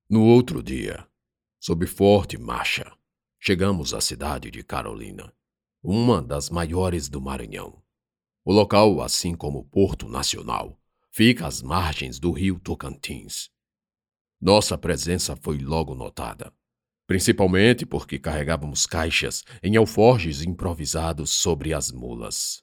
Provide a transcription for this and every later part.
No outro dia, sob forte marcha, chegamos à cidade de Carolina, uma das maiores do Maranhão. O local, assim como o Porto Nacional, fica às margens do rio Tocantins. Nossa presença foi logo notada, principalmente porque carregávamos caixas em alforjes improvisados sobre as mulas.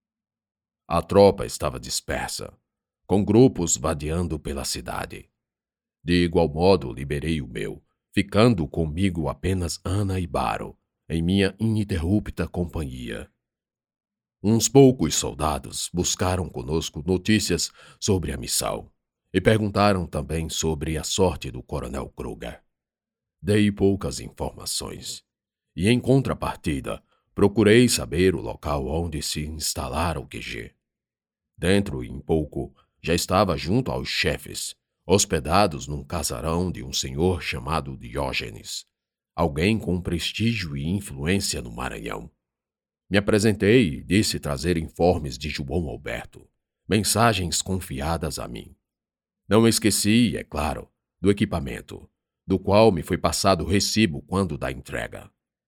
A tropa estava dispersa, com grupos vadeando pela cidade. De igual modo, liberei o meu, ficando comigo apenas Ana e Baro, em minha ininterrupta companhia. Uns poucos soldados buscaram conosco notícias sobre a missão e perguntaram também sobre a sorte do coronel Kruger. Dei poucas informações e, em contrapartida, procurei saber o local onde se instalara o QG. Dentro em pouco, já estava junto aos chefes, hospedados num casarão de um senhor chamado Diógenes, alguém com prestígio e influência no Maranhão. Me apresentei e disse trazer informes de João Alberto, mensagens confiadas a mim. Não esqueci, é claro, do equipamento, do qual me foi passado o recibo quando da entrega.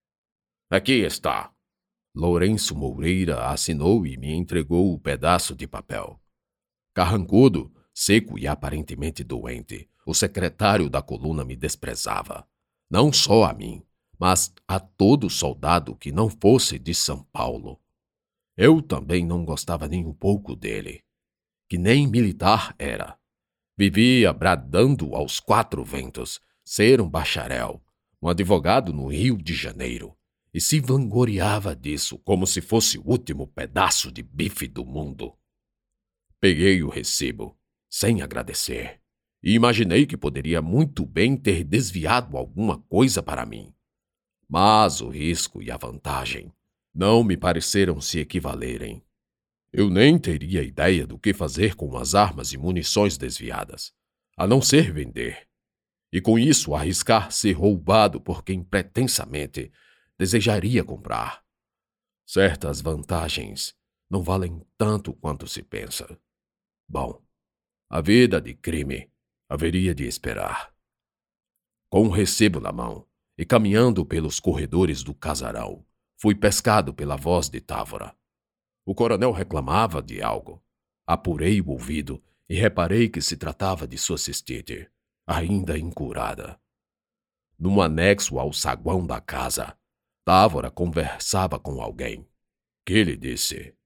Aqui está. Lourenço Moreira assinou e me entregou o pedaço de papel. Carrancudo, seco e aparentemente doente, o secretário da coluna me desprezava. Não só a mim, mas a todo soldado que não fosse de São Paulo. Eu também não gostava nem um pouco dele, que nem militar era. Vivia bradando aos quatro ventos ser um bacharel, um advogado no Rio de Janeiro, e se vangloriava disso como se fosse o último pedaço de bife do mundo. Peguei o recibo, sem agradecer, e imaginei que poderia muito bem ter desviado alguma coisa para mim. Mas o risco e a vantagem não me pareceram se equivalerem. Eu nem teria ideia do que fazer com as armas e munições desviadas, a não ser vender, e com isso arriscar ser roubado por quem pretensamente desejaria comprar. Certas vantagens não valem tanto quanto se pensa. Bom, a vida de crime haveria de esperar. Com o recibo na mão e caminhando pelos corredores do casarão, fui pescado pela voz de Távora. O coronel reclamava de algo. Apurei o ouvido e reparei que se tratava de sua cistite, ainda incurada. Num anexo ao saguão da casa, Távora conversava com alguém, que lhe disse: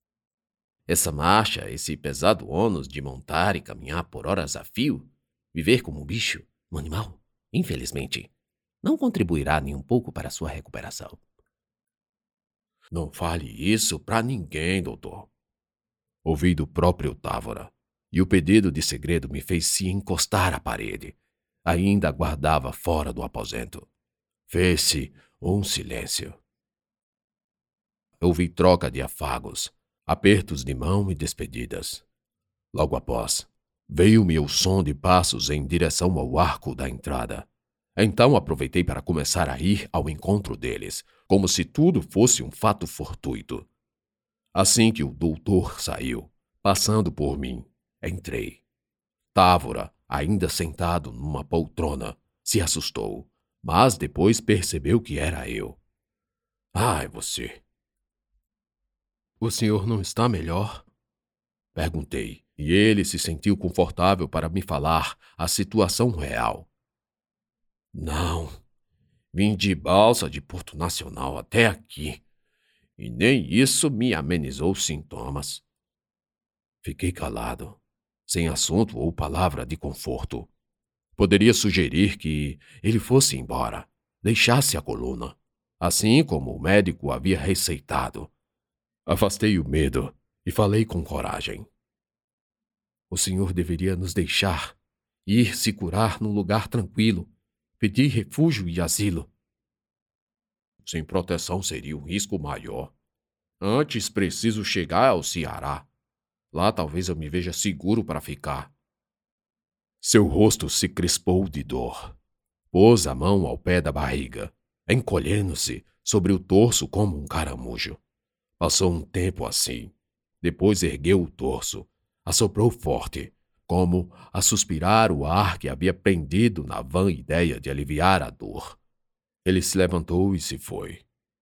essa marcha, esse pesado ônus de montar e caminhar por horas a fio, viver como um bicho, um animal, infelizmente, não contribuirá nem um pouco para a sua recuperação. Não fale isso pra ninguém, doutor. Ouvi do próprio Távora, e o pedido de segredo me fez se encostar à parede. Ainda aguardava fora do aposento. Fez-se um silêncio. Ouvi troca de afagos, apertos de mão e despedidas. Logo após, veio-me o som de passos em direção ao arco da entrada. Então aproveitei para começar a ir ao encontro deles, como se tudo fosse um fato fortuito. Assim que o doutor saiu, passando por mim, entrei. Távora, ainda sentado numa poltrona, se assustou, mas depois percebeu que era eu. É você. O senhor não está melhor? Perguntei, e ele se sentiu confortável para me falar a situação real. Não, vim de balsa de Porto Nacional até aqui, e nem isso me amenizou os sintomas. Fiquei calado, sem assunto ou palavra de conforto. Poderia sugerir que ele fosse embora, deixasse a coluna, assim como o médico havia receitado. Afastei o medo e falei com coragem. O senhor deveria nos deixar, ir se curar num lugar tranquilo, pedir refúgio e asilo. Sem proteção seria um risco maior. Antes preciso chegar ao Ceará. Lá talvez eu me veja seguro para ficar. Seu rosto se crispou de dor. Pôs a mão ao pé da barriga, encolhendo-se sobre o torso como um caramujo. Passou um tempo assim. Depois ergueu o torso, assoprou forte, como a suspirar o ar que havia prendido na vã ideia de aliviar a dor. Ele se levantou e se foi.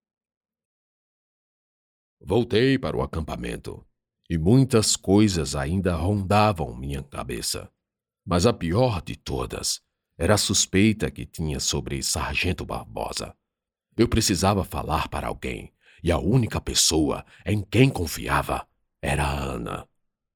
Voltei para o acampamento, e muitas coisas ainda rondavam minha cabeça. Mas a pior de todas era a suspeita que tinha sobre Sargento Barbosa. Eu precisava falar para alguém, e a única pessoa em quem confiava era a Ana.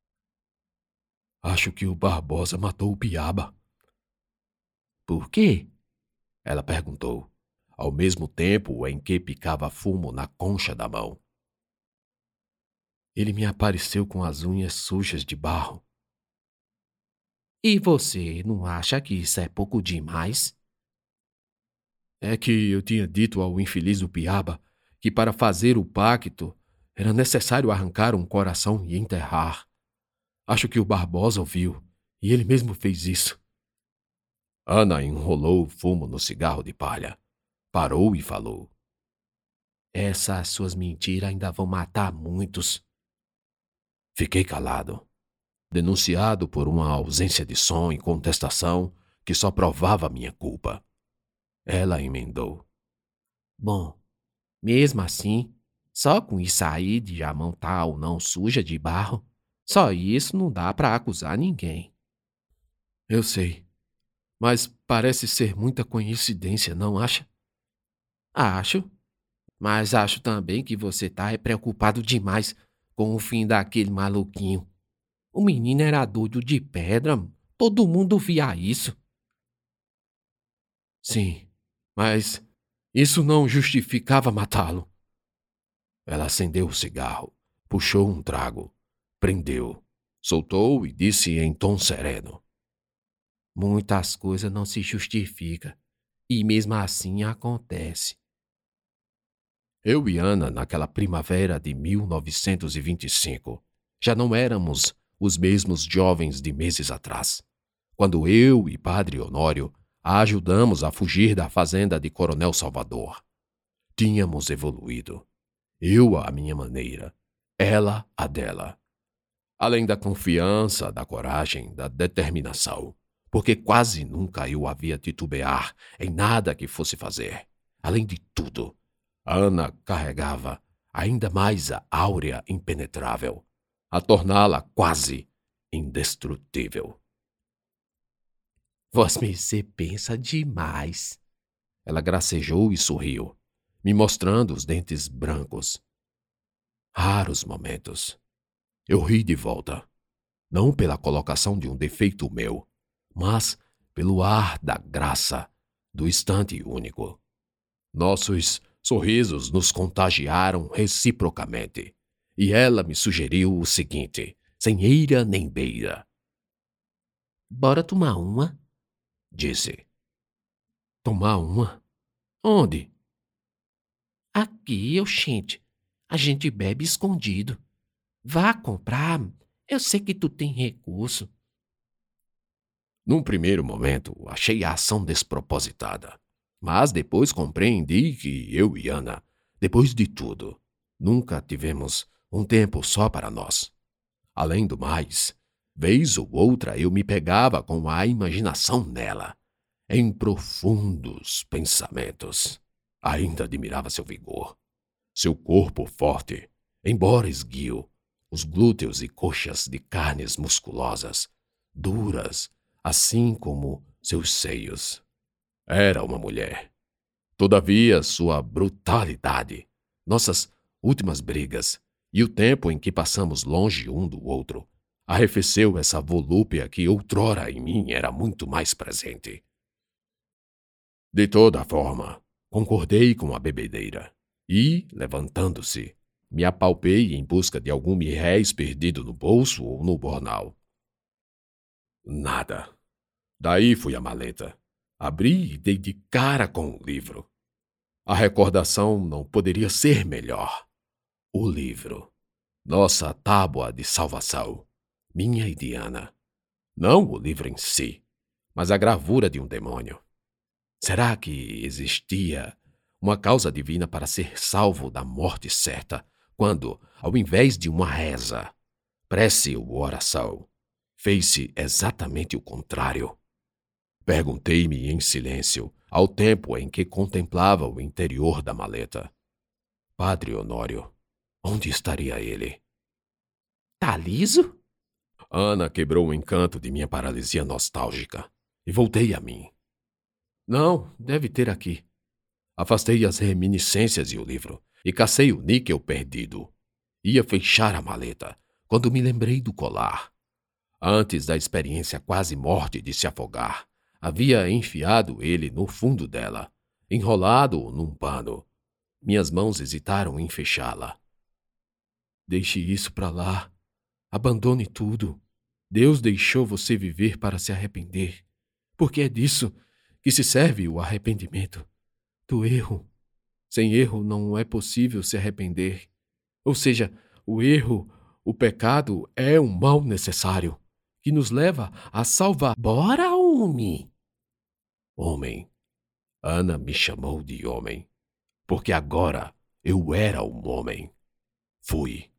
Acho que o Barbosa matou o Piaba. Por quê? Ela perguntou, ao mesmo tempo em que picava fumo na concha da mão. Ele me apareceu com as unhas sujas de barro. E você não acha que isso é pouco demais? É que eu tinha dito ao infeliz do Piaba que para fazer o pacto era necessário arrancar um coração e enterrar. Acho que o Barbosa ouviu, e ele mesmo fez isso. Ana enrolou o fumo no cigarro de palha, parou e falou. Essas suas mentiras ainda vão matar muitos. Fiquei calado, denunciado por uma ausência de som e contestação que só provava minha culpa. Ela emendou. Bom, mesmo assim, só com isso aí de a mão tá ou não suja de barro, só isso não dá para acusar ninguém. Eu sei, mas parece ser muita coincidência, não acha? Acho, mas acho também que você tá preocupado demais com o fim daquele maluquinho. O menino era doido de pedra, todo mundo via isso. Sim, mas isso não justificava matá-lo. Ela acendeu o cigarro, puxou um trago, prendeu, soltou e disse em tom sereno. Muitas coisas não se justificam, e mesmo assim acontece. Eu e Ana, naquela primavera de 1925, já não éramos os mesmos jovens de meses atrás, quando eu e Padre Honório a ajudamos a fugir da fazenda de Coronel Salvador. Tínhamos evoluído. Eu à minha maneira, ela à dela. Além da confiança, da coragem, da determinação, porque quase nunca eu havia titubear em nada que fosse fazer. Além de tudo, Ana carregava ainda mais a áurea impenetrável, a torná-la quase indestrutível. Você pensa demais. Ela gracejou e sorriu, me mostrando os dentes brancos. Raros momentos. Eu ri de volta, não pela colocação de um defeito meu, mas pelo ar da graça do instante único. Nossos sorrisos nos contagiaram reciprocamente, e ela me sugeriu o seguinte, sem eira nem beira. Bora tomar uma? Disse. Tomar uma? Onde? Aqui, oxente. A gente bebe escondido. Vá comprar. Eu sei que tu tem recurso. Num primeiro momento, achei a ação despropositada. Mas depois compreendi que eu e Ana, depois de tudo, nunca tivemos um tempo só para nós. Além do mais, vez ou outra eu me pegava com a imaginação nela, em profundos pensamentos. Ainda admirava seu vigor, seu corpo forte, embora esguio, os glúteos e coxas de carnes musculosas, duras, assim como seus seios. Era uma mulher. Todavia, sua brutalidade, nossas últimas brigas e o tempo em que passamos longe um do outro arrefeceu essa volúpia que outrora em mim era muito mais presente. De toda forma, concordei com a bebedeira e, levantando-se, me apalpei em busca de algum mirréis perdido no bolso ou no bornal. Nada. Daí fui à maleta. Abri e dei de cara com o livro. A recordação não poderia ser melhor. O livro. Nossa tábua de salvação. Minha e de Ana. Não o livro em si, mas a gravura de um demônio. Será que existia uma causa divina para ser salvo da morte certa, quando, ao invés de uma reza, prece ou oração, fez-se exatamente o contrário. Perguntei-me em silêncio, ao tempo em que contemplava o interior da maleta. Padre Honório, onde estaria ele? Tá liso? Ana quebrou o encanto de minha paralisia nostálgica e voltei a mim. Não, deve ter aqui. Afastei as reminiscências e o livro e cacei o níquel perdido. Ia fechar a maleta quando me lembrei do colar. Antes da experiência quase morte de se afogar, havia enfiado ele no fundo dela, enrolado num pano. Minhas mãos hesitaram em fechá-la. Deixe isso pra lá. Abandone tudo. Deus deixou você viver para se arrepender, porque é disso que se serve o arrependimento, do erro. Sem erro não é possível se arrepender. Ou seja, o erro, o pecado é um mal necessário que nos leva a salvar. Bora, homem! Homem. Ana me chamou de homem, porque agora eu era um homem. Fui.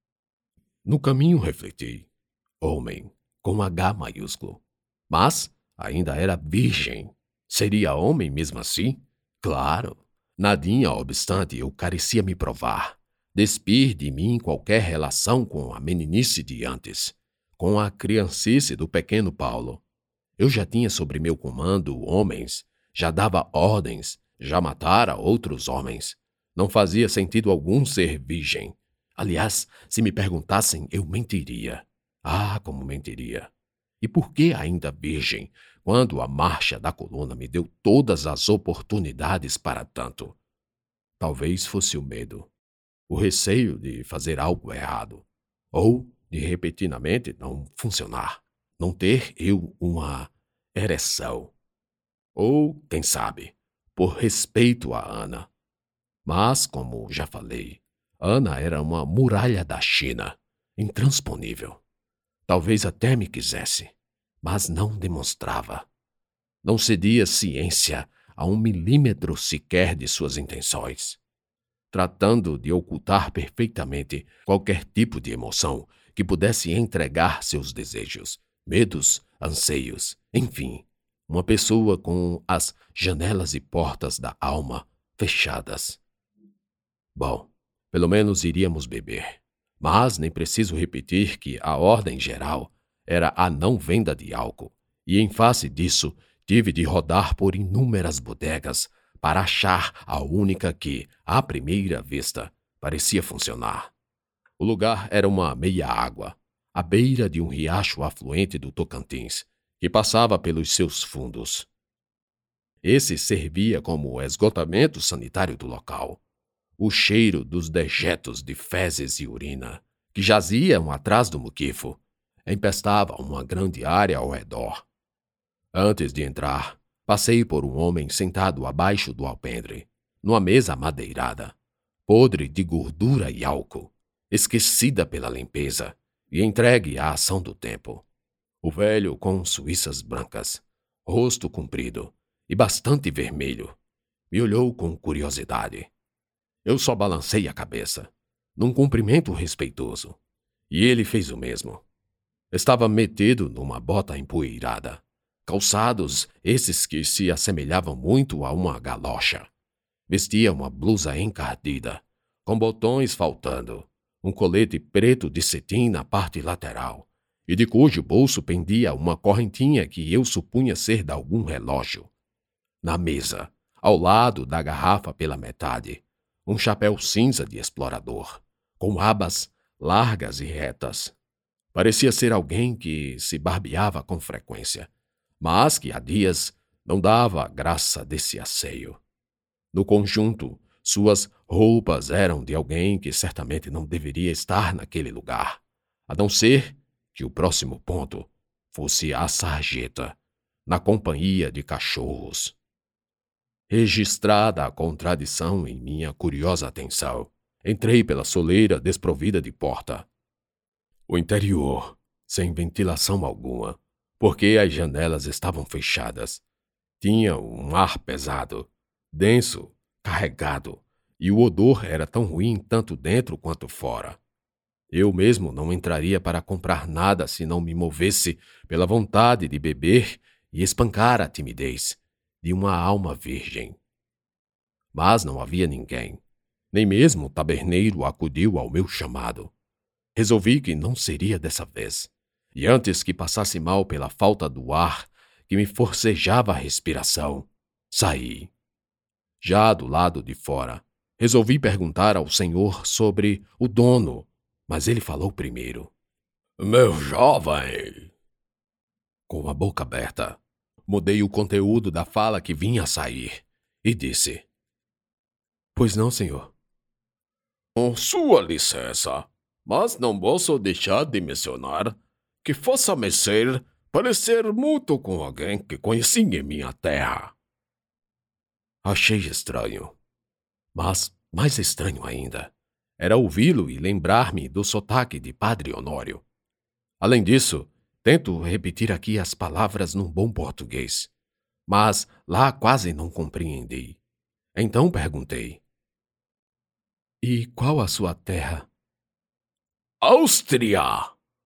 No caminho refleti. Homem, com H maiúsculo. Mas ainda era virgem. Seria homem mesmo assim? Claro. Nadinha obstante, eu carecia me provar. Despir de mim qualquer relação com a meninice de antes, com a criancice do pequeno Paulo. Eu já tinha sobre meu comando homens, já dava ordens, já matara outros homens. Não fazia sentido algum ser virgem. Aliás, se me perguntassem, eu mentiria. Ah, como mentiria! E por que ainda virgem, quando a marcha da coluna me deu todas as oportunidades para tanto? Talvez fosse o medo, o receio de fazer algo errado, ou de repentinamente não funcionar, não ter eu uma ereção. Ou, quem sabe, por respeito a Ana. Mas, como já falei, Ana era uma muralha da China, intransponível. Talvez até me quisesse, mas não demonstrava. Não cedia ciência a 1 milímetro sequer de suas intenções, tratando de ocultar perfeitamente qualquer tipo de emoção que pudesse entregar seus desejos, medos, anseios, enfim, uma pessoa com as janelas e portas da alma fechadas. Bom, pelo menos iríamos beber. Mas nem preciso repetir que a ordem geral era a não venda de álcool, e em face disso tive de rodar por inúmeras bodegas para achar a única que, à primeira vista, parecia funcionar. O lugar era uma meia-água, à beira de um riacho afluente do Tocantins, que passava pelos seus fundos. Esse servia como esgotamento sanitário do local. O cheiro dos dejetos de fezes e urina, que jaziam atrás do muquifo, empestava uma grande área ao redor. Antes de entrar, passei por um homem sentado abaixo do alpendre, numa mesa madeirada, podre de gordura e álcool, esquecida pela limpeza e entregue à ação do tempo. O velho com suíças brancas, rosto comprido e bastante vermelho, me olhou com curiosidade. Eu só balancei a cabeça, num cumprimento respeitoso, e ele fez o mesmo. Estava metido numa bota empoeirada, calçados esses que se assemelhavam muito a uma galocha. Vestia uma blusa encardida, com botões faltando, um colete preto de cetim na parte lateral, e de cujo bolso pendia uma correntinha que eu supunha ser de algum relógio. Na mesa, ao lado da garrafa pela metade, um chapéu cinza de explorador, com abas largas e retas. Parecia ser alguém que se barbeava com frequência, mas que há dias não dava graça desse asseio. No conjunto, suas roupas eram de alguém que certamente não deveria estar naquele lugar, a não ser que o próximo ponto fosse a sarjeta, na companhia de cachorros. Registrada a contradição em minha curiosa atenção, entrei pela soleira desprovida de porta. O interior, sem ventilação alguma, porque as janelas estavam fechadas, tinha um ar pesado, denso, carregado, e o odor era tão ruim tanto dentro quanto fora. Eu mesmo não entraria para comprar nada se não me movesse pela vontade de beber e espancar a timidez de uma alma virgem. Mas não havia ninguém, nem mesmo o taberneiro acudiu ao meu chamado. Resolvi que não seria dessa vez, e antes que passasse mal pela falta do ar que me forcejava a respiração, saí. Já do lado de fora, resolvi perguntar ao senhor sobre o dono, mas ele falou primeiro. Meu jovem! Com a boca aberta, mudei o conteúdo da fala que vinha a sair e disse: Pois não, senhor. Com sua licença, mas não posso deixar de mencionar que faça merecer parecer muito com alguém que conheci em minha terra. Achei estranho, mas mais estranho ainda era ouvi-lo e lembrar-me do sotaque de Padre Honório. Além disso, tento repetir aqui as palavras num bom português, mas lá quase não compreendi. Então perguntei: E qual a sua terra? Áustria!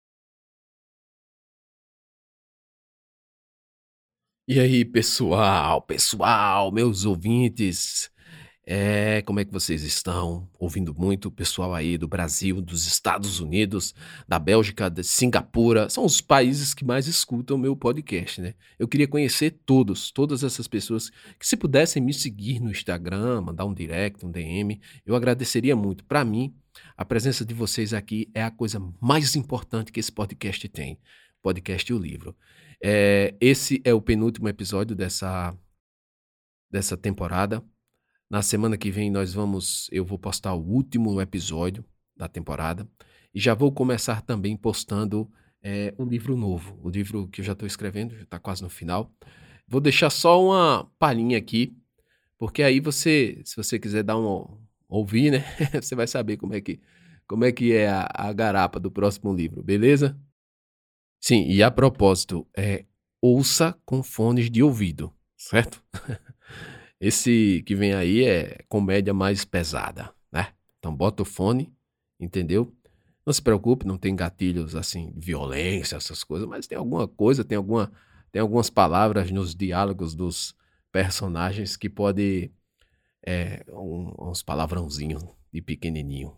E aí, pessoal, meus ouvintes, como é que vocês estão? Ouvindo muito o pessoal aí do Brasil, dos Estados Unidos, da Bélgica, de Singapura, são os países que mais escutam o meu podcast, né? Eu queria conhecer todas essas pessoas, que se pudessem me seguir no Instagram, mandar um direct, um DM, eu agradeceria muito. Para mim, a presença de vocês aqui é a coisa mais importante que esse podcast tem, podcast e o livro. Esse é o penúltimo episódio dessa temporada. Na semana que vem eu vou postar o último episódio da temporada e já vou começar também postando um livro novo, o livro que eu já estou escrevendo, já está quase no final. Vou deixar só uma palhinha aqui, porque aí se você quiser dar ouvir, né, você vai saber como é que é a garapa do próximo livro, beleza? Sim, e a propósito, ouça com fones de ouvido, certo? Esse que vem aí é comédia mais pesada, né? Então bota o fone, entendeu? Não se preocupe, não tem gatilhos assim, de violência, essas coisas, mas tem alguma coisa, tem algumas palavras nos diálogos dos personagens que pode uns palavrãozinhos de pequenininho.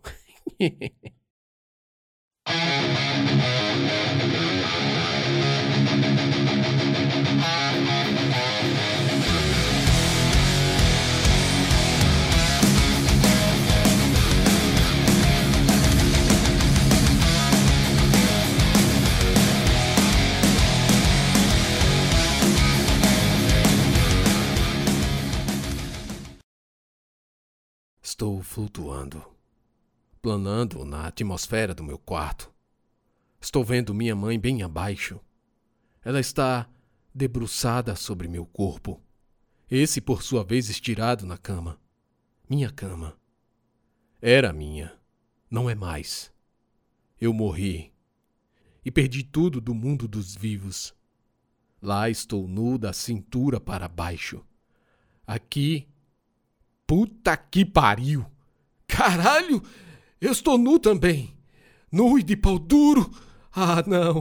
Estou flutuando, planando na atmosfera do meu quarto. Estou vendo minha mãe bem abaixo. Ela está debruçada sobre meu corpo. Esse, por sua vez, estirado na cama. Minha cama. Era minha. Não é mais. Eu morri. E perdi tudo do mundo dos vivos. Lá estou nu da cintura para baixo. Aqui... Puta que pariu! Caralho! Eu estou nu também! Nu e de pau duro! Ah,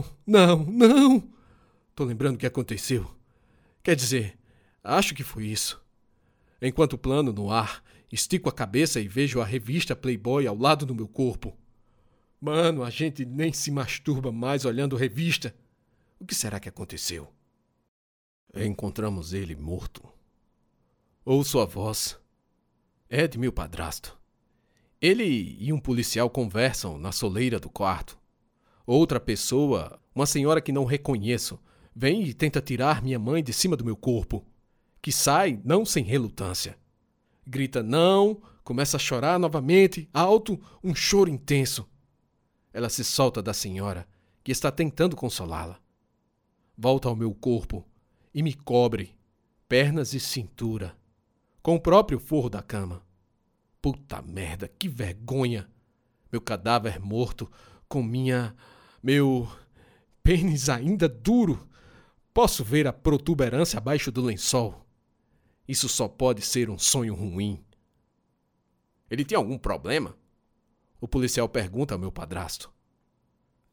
não! Tô lembrando o que aconteceu. Quer dizer, acho que foi isso. Enquanto plano no ar, estico a cabeça e vejo a revista Playboy ao lado do meu corpo. Mano, a gente nem se masturba mais olhando revista. O que será que aconteceu? Encontramos ele morto. Ouço a voz. É de meu padrasto. Ele e um policial conversam na soleira do quarto. Outra pessoa, uma senhora que não reconheço, vem e tenta tirar minha mãe de cima do meu corpo, que sai não sem relutância. Grita não, começa a chorar novamente, alto, um choro intenso. Ela se solta da senhora, que está tentando consolá-la. Volta ao meu corpo e me cobre, pernas e cintura, com o próprio forro da cama. Puta merda, que vergonha! Meu cadáver morto, com meu pênis ainda duro. Posso ver a protuberância abaixo do lençol. Isso só pode ser um sonho ruim. Ele tem algum problema? O policial pergunta ao meu padrasto.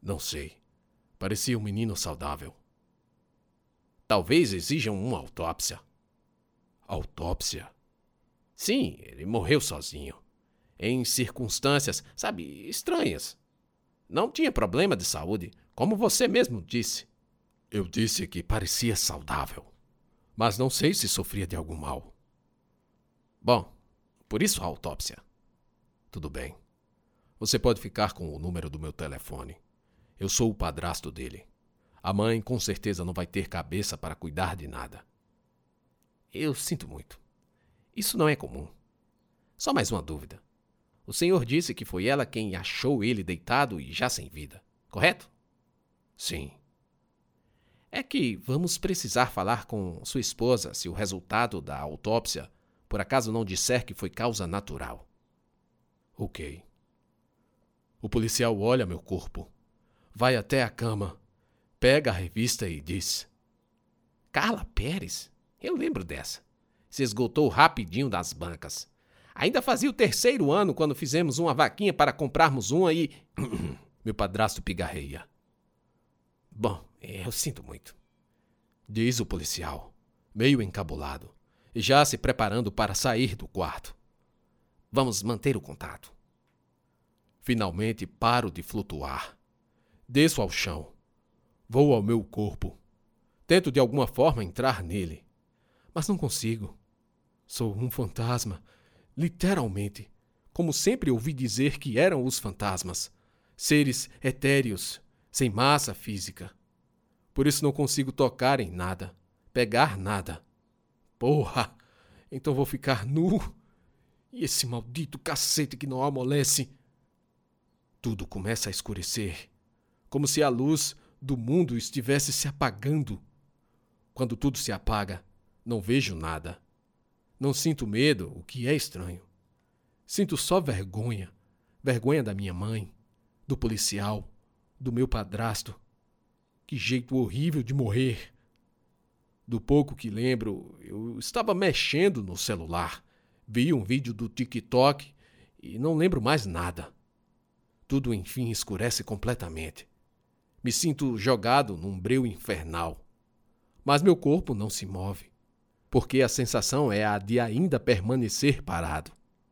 Não sei. Parecia um menino saudável. Talvez exijam uma autópsia. Autópsia? Sim, ele morreu sozinho. Em circunstâncias, sabe, estranhas. Não tinha problema de saúde, como você mesmo disse. Eu disse que parecia saudável, mas não sei se sofria de algum mal. Bom, por isso a autópsia. Tudo bem. Você pode ficar com o número do meu telefone. Eu sou o padrasto dele. A mãe com certeza não vai ter cabeça para cuidar de nada. Eu sinto muito. Isso não é comum. Só mais uma dúvida. O senhor disse que foi ela quem achou ele deitado e já sem vida, correto? Sim. É que vamos precisar falar com sua esposa se o resultado da autópsia por acaso não disser que foi causa natural. Ok. O policial olha meu corpo, vai até a cama, pega a revista e diz: Carla Pérez? Eu lembro dessa. Se esgotou rapidinho das bancas. Ainda fazia o 3º ano quando fizemos uma vaquinha para comprarmos uma e... Meu padrasto pigarreia. Bom, eu sinto muito, diz o policial, meio encabulado, e já se preparando para sair do quarto. Vamos manter o contato. Finalmente paro de flutuar. Desço ao chão. Vou ao meu corpo. Tento de alguma forma entrar nele, mas não consigo. Sou um fantasma, literalmente, como sempre ouvi dizer que eram os fantasmas, seres etéreos, sem massa física. Por isso não consigo tocar em nada, pegar nada. Porra! Então vou ficar nu? E esse maldito cacete que não amolece? Tudo começa a escurecer, como se a luz do mundo estivesse se apagando. Quando tudo se apaga, não vejo nada. Não sinto medo, o que é estranho. Sinto só vergonha. Vergonha da minha mãe, do policial, do meu padrasto. Que jeito horrível de morrer. Do pouco que lembro, eu estava mexendo no celular. Vi um vídeo do TikTok e não lembro mais nada. Tudo, enfim, escurece completamente. Me sinto jogado num breu infernal. Mas meu corpo não se move, porque a sensação é a de ainda permanecer parado.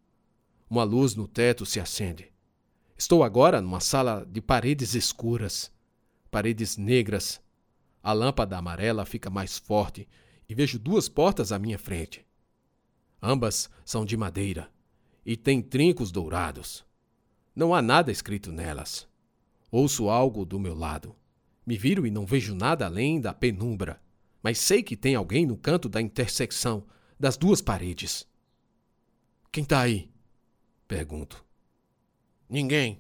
Uma luz no teto se acende. Estou agora numa sala de paredes escuras, paredes negras. A lâmpada amarela fica mais forte e vejo 2 portas à minha frente. Ambas são de madeira e têm trincos dourados. Não há nada escrito nelas. Ouço algo do meu lado. Me viro e não vejo nada além da penumbra, mas sei que tem alguém no canto da intersecção das 2 paredes. Quem tá aí? Pergunto. Ninguém.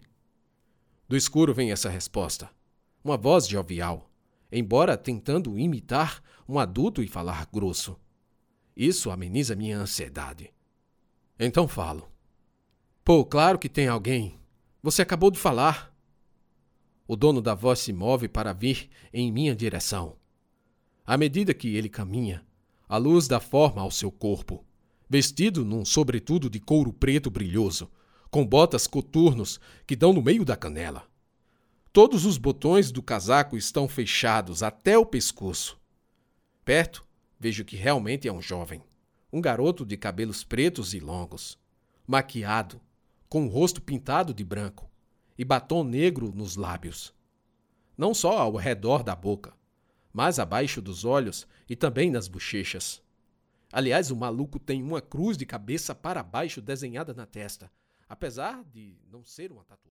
Do escuro vem essa resposta. Uma voz jovial, embora tentando imitar um adulto e falar grosso. Isso ameniza minha ansiedade. Então falo. Pô, claro que tem alguém. Você acabou de falar. O dono da voz se move para vir em minha direção. À medida que ele caminha, a luz dá forma ao seu corpo, vestido num sobretudo de couro preto brilhoso, com botas coturnos que dão no meio da canela. Todos os botões do casaco estão fechados até o pescoço. Perto, vejo que realmente é um jovem, um garoto de cabelos pretos e longos, maquiado, com o rosto pintado de branco e batom negro nos lábios. Não só ao redor da boca, mas abaixo dos olhos e também nas bochechas. Aliás, o maluco tem uma cruz de cabeça para baixo desenhada na testa, apesar de não ser uma tatuagem.